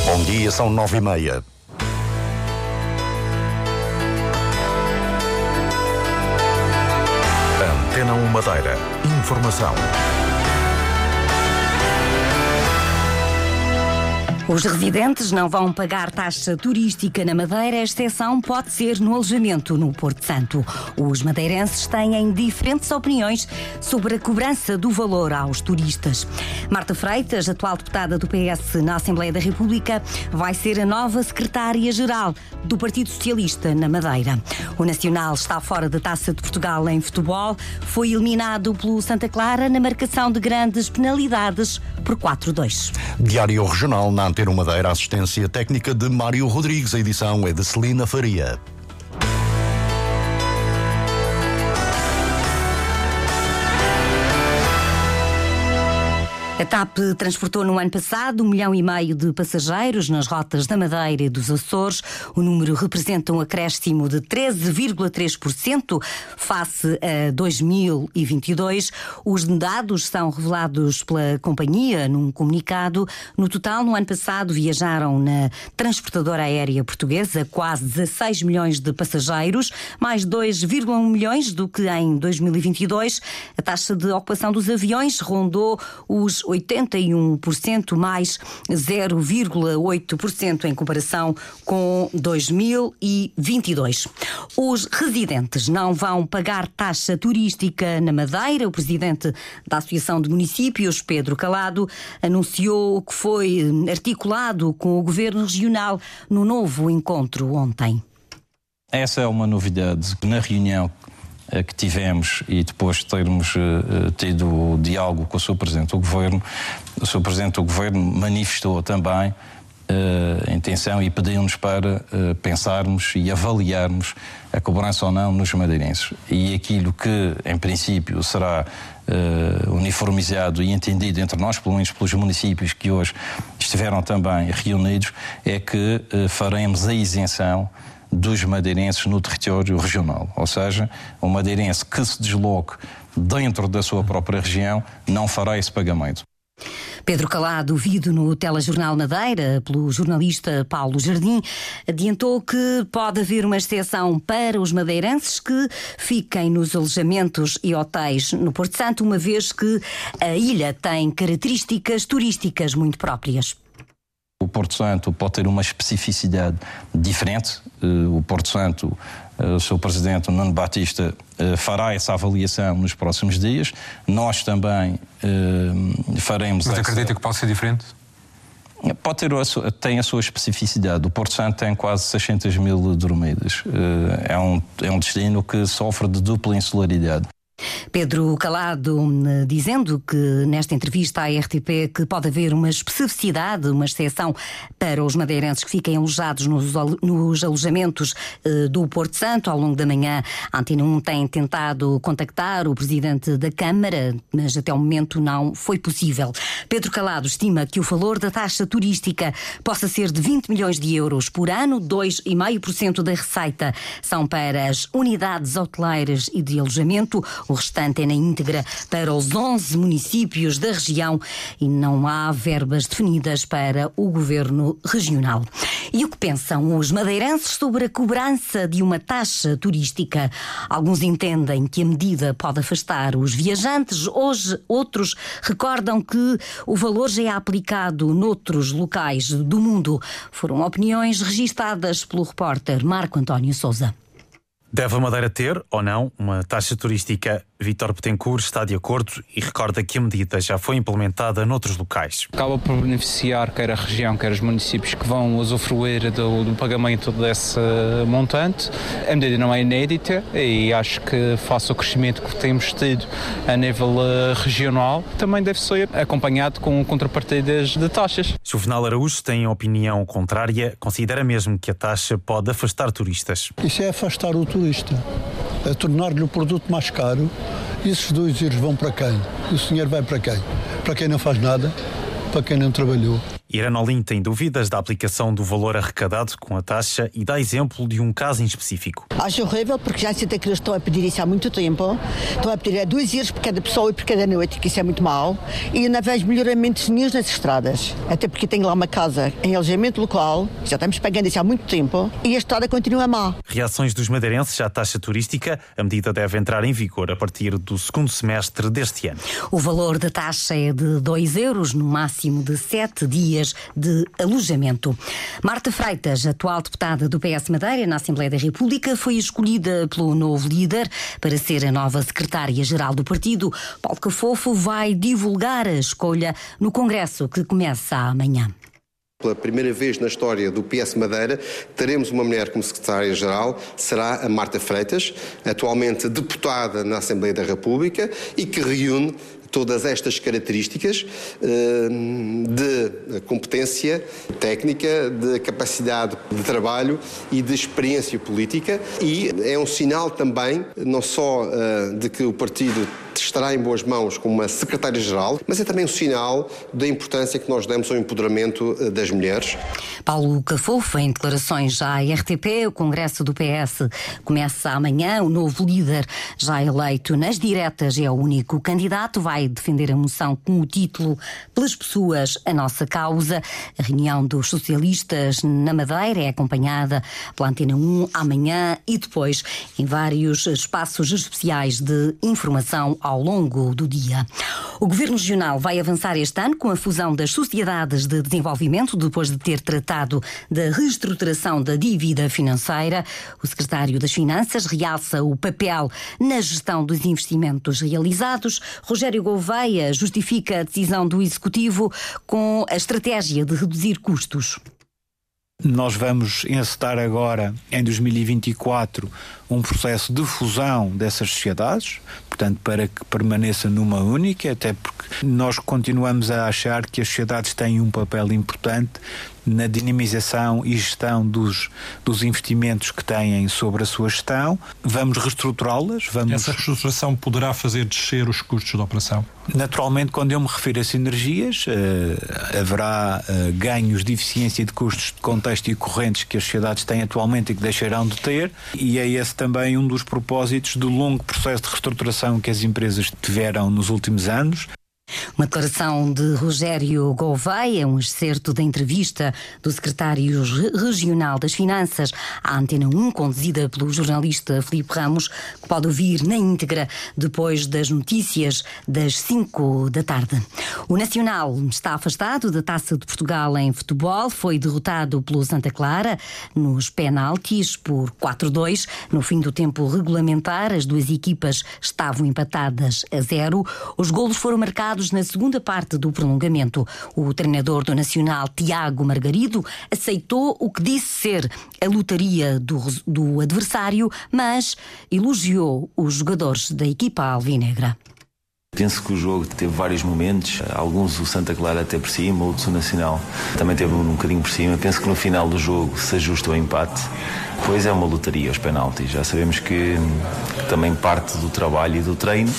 Bom dia, são 9h30. Antena 1 Madeira. Informação. Os residentes não vão pagar taxa turística na Madeira, a exceção pode ser no alojamento no Porto Santo. Os madeirenses têm diferentes opiniões sobre a cobrança do valor aos turistas. Marta Freitas, atual deputada do PS na Assembleia da República, vai ser a nova secretária-geral do Partido Socialista na Madeira. O Nacional está fora da Taça de Portugal em futebol, foi eliminado pelo Santa Clara na marcação de grandes penalidades por 4-2. Diário Regional na Antena 1 Madeira, assistência técnica de Mário Rodrigues, a edição é de Celina Faria. A TAP transportou no ano passado 1,5 milhão de passageiros nas rotas da Madeira e dos Açores. O número representa um acréscimo de 13,3% face a 2022. Os dados são revelados pela companhia num comunicado. No total, no ano passado, viajaram na transportadora aérea portuguesa quase 16 milhões de passageiros, mais 2,1 milhões do que em 2022. A taxa de ocupação dos aviões rondou os 81%, mais 0,8% em comparação com 2022. Os residentes não vão pagar taxa turística na Madeira. O presidente da Associação de Municípios, Pedro Calado, anunciou que foi articulado com o Governo Regional no novo encontro ontem. Essa é uma novidade na reunião que tivemos e depois de termos tido o diálogo com o Sr. Presidente do Governo. O Sr. Presidente do Governo manifestou também a intenção e pediu-nos para pensarmos e avaliarmos a cobrança ou não nos madeirenses. E aquilo que, em princípio, será uniformizado e entendido entre nós, pelo menos pelos municípios que hoje estiveram também reunidos, é que faremos a isenção dos madeirenses no território regional. Ou seja, um madeirense que se desloque dentro da sua própria região não fará esse pagamento. Pedro Calado, ouvido no Telejornal Madeira pelo jornalista Paulo Jardim, adiantou que pode haver uma exceção para os madeirenses que fiquem nos alojamentos e hotéis no Porto Santo, uma vez que a ilha tem características turísticas muito próprias. O Porto Santo pode ter uma especificidade diferente. O Porto Santo, o seu presidente, Nuno Batista, fará essa avaliação nos próximos dias. Nós também faremos. Mas acredita que pode ser diferente? Pode ter, tem a sua especificidade. O Porto Santo tem quase 600 mil dormidas. É um destino que sofre de dupla insularidade. Pedro Calado dizendo que nesta entrevista à RTP que pode haver uma especificidade, uma exceção para os madeirenses que fiquem alojados nos alojamentos do Porto Santo. Ao longo da manhã, a Antena 1 tem tentado contactar o presidente da Câmara, mas até o momento não foi possível. Pedro Calado estima que o valor da taxa turística possa ser de 20 milhões de euros por ano, 2,5% da receita são para as unidades hoteleiras e de alojamento. O restante é na íntegra para os 11 municípios da região e não há verbas definidas para o Governo Regional. E o que pensam os madeirenses sobre a cobrança de uma taxa turística? Alguns entendem que a medida pode afastar os viajantes, hoje outros recordam que o valor já é aplicado noutros locais do mundo. Foram opiniões registadas pelo repórter Marco António Sousa. Deve a Madeira ter, ou não, uma taxa turística? Vítor Betancourt está de acordo e recorda que a medida já foi implementada noutros locais. Acaba por beneficiar quer a região, quer os municípios que vão usufruir do pagamento desse montante. A medida não é inédita e acho que, face ao crescimento que temos tido a nível regional, também deve ser acompanhado com contrapartidas de taxas. Juvenal Araújo tem opinião contrária, considera mesmo que a taxa pode afastar turistas. Isso é afastar o turista, é tornar-lhe o produto mais caro. E esses 2 euros vão para quem? E o dinheiro vai para quem? Para quem não faz nada, para quem não trabalhou. Irene Olim tem dúvidas da aplicação do valor arrecadado com a taxa e dá exemplo de um caso em específico. Acho horrível porque já sei que eles estão a pedir isso há muito tempo. Estão a pedir 2 euros por cada pessoa e por cada noite, que isso é muito mau. E não vejo melhoramentos nenhum nas estradas. Até porque tenho lá uma casa em alojamento local, já estamos pagando isso há muito tempo, e a estrada continua má. Reações dos madeirenses à taxa turística. A medida deve entrar em vigor a partir do segundo semestre deste ano. O valor da taxa é de 2 euros, no máximo de 7 dias de alojamento. Marta Freitas, atual deputada do PS Madeira na Assembleia da República, foi escolhida pelo novo líder para ser a nova secretária-geral do partido. Paulo Cafofo vai divulgar a escolha no Congresso que começa amanhã. Pela primeira vez na história do PS Madeira, teremos uma mulher como secretária-geral, será a Marta Freitas, atualmente deputada na Assembleia da República e que reúne todas estas características de competência técnica, de capacidade de trabalho e de experiência política, e é um sinal também, não só de que o partido estará em boas mãos como uma secretária-geral, mas é também um sinal da importância que nós damos ao empoderamento das mulheres. Paulo Cafofo, em declarações à RTP, o Congresso do PS começa amanhã. O novo líder, já eleito nas diretas, é o único candidato, vai defender a moção com o título "Pelas pessoas, a nossa causa". A reunião dos socialistas na Madeira é acompanhada pela Antena 1 amanhã e depois em vários espaços especiais de informação ao longo do dia. O Governo Regional vai avançar este ano com a fusão das sociedades de desenvolvimento, depois de ter tratado da reestruturação da dívida financeira. O secretário das Finanças realça o papel na gestão dos investimentos realizados. Rogério Gouveia justifica a decisão do Executivo com a estratégia de reduzir custos. Nós vamos encetar agora, em 2024, um processo de fusão dessas sociedades, portanto, para que permaneça numa única, até porque nós continuamos a achar que as sociedades têm um papel importante na dinamização e gestão dos investimentos que têm sobre a sua gestão. Vamos reestruturá-las. Essa reestruturação poderá fazer descer os custos da operação? Naturalmente, quando eu me refiro a sinergias, haverá ganhos de eficiência e de custos de contexto e correntes que as sociedades têm atualmente e que deixarão de ter, e é esse também um dos propósitos do longo processo de reestruturação que as empresas tiveram nos últimos anos. Uma declaração de Rogério Gouveia, um excerto da entrevista do secretário regional das Finanças à Antena 1, conduzida pelo jornalista Filipe Ramos, que pode ouvir na íntegra depois das notícias das 5 da tarde. O Nacional está afastado da Taça de Portugal em futebol, foi derrotado pelo Santa Clara nos penaltis por 4-2. No fim do tempo regulamentar, as duas equipas estavam empatadas a 0. Os golos foram marcados na segunda parte do prolongamento. O treinador do Nacional, Tiago Margarido, aceitou o que disse ser a lotaria do adversário, mas elogiou os jogadores da equipa alvinegra. Penso que o jogo teve vários momentos, alguns o Santa Clara até por cima, outros o Nacional também teve um bocadinho por cima. Penso que no final do jogo se ajusta o empate. Pois é uma lotaria os penaltis, já sabemos que também parte do trabalho e do treino,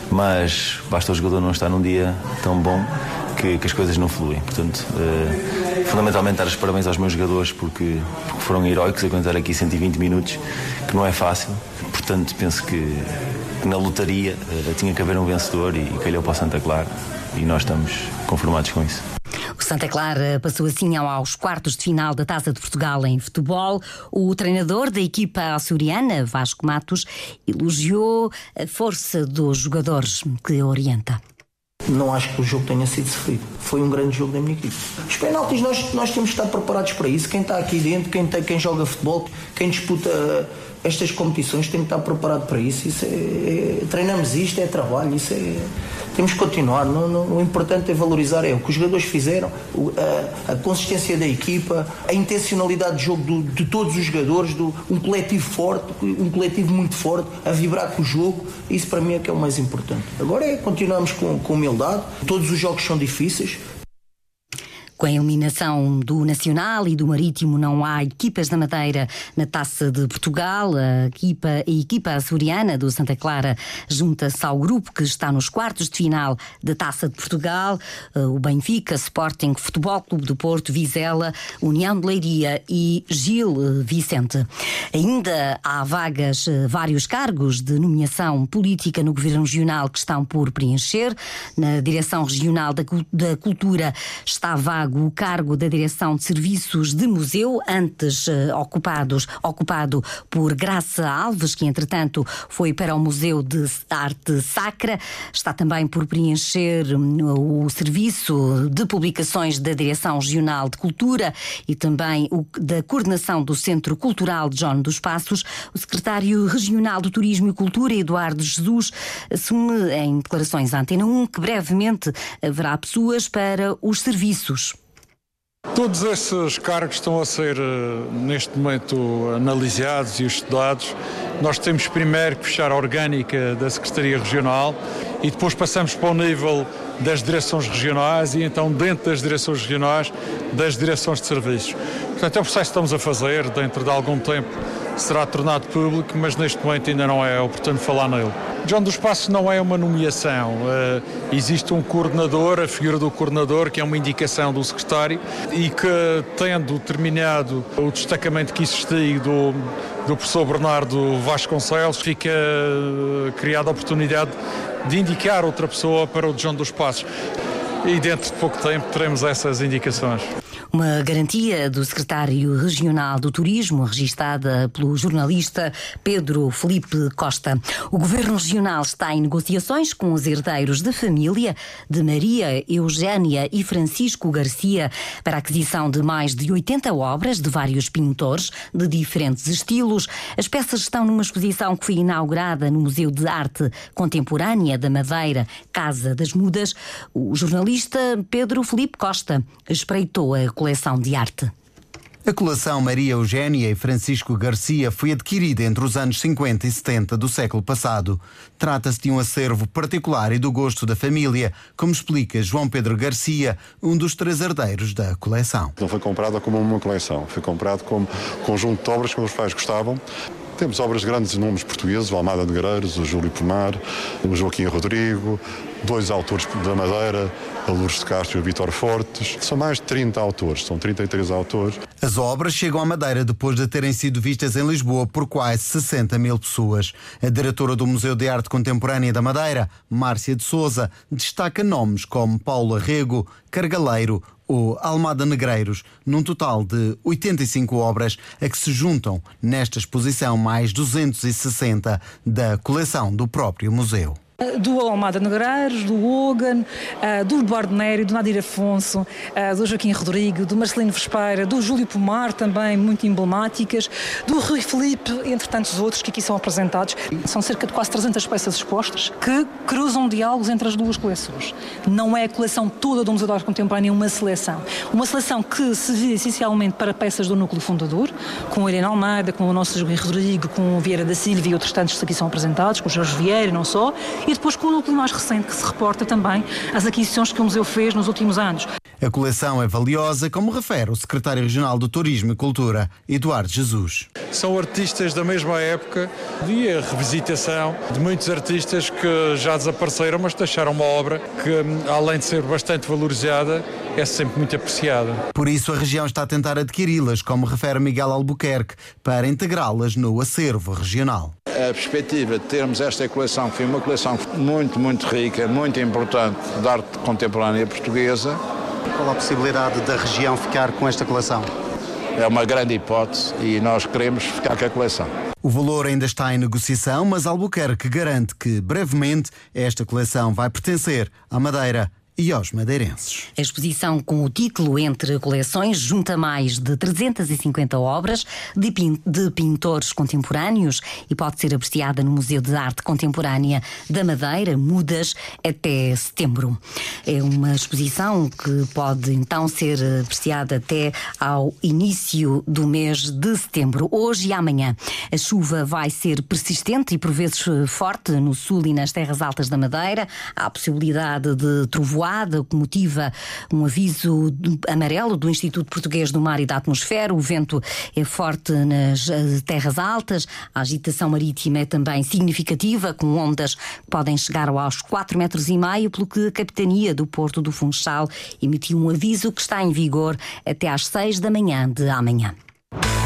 mas basta o jogador não estar num dia tão bom que as coisas não fluem. Portanto, fundamentalmente dar os parabéns aos meus jogadores porque foram heróicos a aguentar aqui 120 minutos, que não é fácil. Portanto, penso que na lotaria tinha que haver um vencedor e calhou para o Santa Clara e nós estamos conformados com isso. O Santa Clara passou assim aos quartos de final da Taça de Portugal em futebol. O treinador da equipa açoriana, Vasco Matos, elogiou a força dos jogadores que orienta. Não acho que o jogo tenha sido sofrido. Foi um grande jogo da minha equipe. Os penaltis nós temos de estar preparados para isso. Quem está aqui dentro, quem joga futebol, quem disputa estas competições tem que estar preparado para isso. Treinamos isto, é trabalho, temos que continuar. O importante é valorizar o que os jogadores fizeram, a consistência da equipa, a intencionalidade de jogo de todos os jogadores, um coletivo forte, um coletivo muito forte, a vibrar com o jogo. Isso para mim é que é o mais importante. Agora continuamos com humildade. Todos os jogos são difíceis. Com a eliminação do Nacional e do Marítimo, não há equipas da Madeira na Taça de Portugal. A equipa açoriana do Santa Clara junta-se ao grupo que está nos quartos de final da Taça de Portugal. O Benfica, Sporting, Futebol Clube do Porto, Vizela, União de Leiria e Gil Vicente. Ainda há vários cargos de nomeação política no Governo Regional que estão por preencher. Na Direção Regional da Cultura está vago o cargo da Direção de Serviços de Museu, antes ocupado por Graça Alves, que entretanto foi para o Museu de Arte Sacra. Está também por preencher o Serviço de Publicações da Direção Regional de Cultura e também o da Coordenação do Centro Cultural de João dos Passos. O Secretário Regional do Turismo e Cultura, Eduardo Jesus, assume em declarações à Antena 1 que brevemente haverá pessoas para os serviços. Todos esses cargos estão a ser, neste momento, analisados e estudados. Nós temos primeiro que fechar a orgânica da Secretaria Regional e depois passamos para o nível das direções regionais e então dentro das direções regionais, das direções de serviços. Portanto, é o processo que estamos a fazer, dentro de algum tempo será tornado público, mas neste momento ainda não é oportuno falar nele. João dos Passos não é uma nomeação, existe um coordenador, a figura do coordenador, que é uma indicação do secretário e que, tendo terminado o destacamento que existia do professor Bernardo Vasconcelos, fica criada a oportunidade de indicar outra pessoa para o João dos Passos. E dentro de pouco tempo teremos essas indicações. Uma garantia do secretário regional do Turismo, registada pelo jornalista Pedro Felipe Costa. O Governo Regional está em negociações com os herdeiros da família de Maria Eugénia e Francisco Garcia para a aquisição de mais de 80 obras de vários pintores de diferentes estilos. As peças estão numa exposição que foi inaugurada no Museu de Arte Contemporânea da Madeira, Casa das Mudas. O jornalista Pedro Felipe Costa espreitou a coleção de arte. A coleção Maria Eugénia e Francisco Garcia foi adquirida entre os anos 50 e 70 do século passado. Trata-se de um acervo particular e do gosto da família, como explica João Pedro Garcia, um dos 3 herdeiros da coleção. Não foi comprada como uma coleção, foi comprado como conjunto de obras que os pais gostavam. Temos obras de grandes nomes portugueses, o Almada Negreiros, o Júlio Pomar, o Joaquim Rodrigo, 2 autores da Madeira, a Lourdes de Castro e o Vítor Fortes. São mais de 30 autores, são 33 autores. As obras chegam à Madeira depois de terem sido vistas em Lisboa por quase 60 mil pessoas. A diretora do Museu de Arte Contemporânea da Madeira, Márcia de Sousa, destaca nomes como Paulo Arrego, Cargaleiro ou Almada Negreiros, num total de 85 obras a que se juntam nesta exposição mais 260 da coleção do próprio museu. Do Almada Negreiros, do Hogan, do Eduardo Nério, do Nadir Afonso, do Joaquim Rodrigo, do Marcelino Vespeira, do Júlio Pomar, também muito emblemáticas, do Rui Filipe, entre tantos outros que aqui são apresentados. São cerca de quase 300 peças expostas que cruzam diálogos entre as duas coleções. Não é a coleção toda do Museu de Arte Contemporânea, é uma seleção. Uma seleção que se vê essencialmente para peças do núcleo fundador, com a Helena Almeida, com o nosso Joaquim Rodrigo, com o Vieira da Silva e outros tantos que aqui são apresentados, com o Jorge Vieira e não só. E depois com o núcleo mais recente que se reporta também às aquisições que o museu fez nos últimos anos. A coleção é valiosa, como refere o secretário regional do Turismo e Cultura, Eduardo Jesus. São artistas da mesma época e a revisitação de muitos artistas que já desapareceram, mas deixaram uma obra que, além de ser bastante valorizada, é sempre muito apreciada. Por isso a região está a tentar adquiri-las, como refere Miguel Albuquerque, para integrá-las no acervo regional. A perspectiva de termos esta coleção, que foi uma coleção muito, muito rica, muito importante de arte contemporânea portuguesa. Qual a possibilidade da região ficar com esta coleção? É uma grande hipótese e nós queremos ficar com a coleção. O valor ainda está em negociação, mas Albuquerque garante que, brevemente, esta coleção vai pertencer à Madeira e aos madeirenses. A exposição com o título Entre Coleções junta mais de 350 obras de pintores contemporâneos e pode ser apreciada no Museu de Arte Contemporânea da Madeira, Mudas, até setembro. É uma exposição que pode então ser apreciada até ao início do mês de setembro. Hoje e amanhã a chuva vai ser persistente e por vezes forte no sul e nas terras altas da Madeira. Há a possibilidade de trovoar elevada, o que motiva um aviso amarelo do Instituto Português do Mar e da Atmosfera. O vento é forte nas terras altas, a agitação marítima é também significativa, com ondas que podem chegar aos 4,5 metros, pelo que a Capitania do Porto do Funchal emitiu um aviso que está em vigor até às 6 da manhã de amanhã.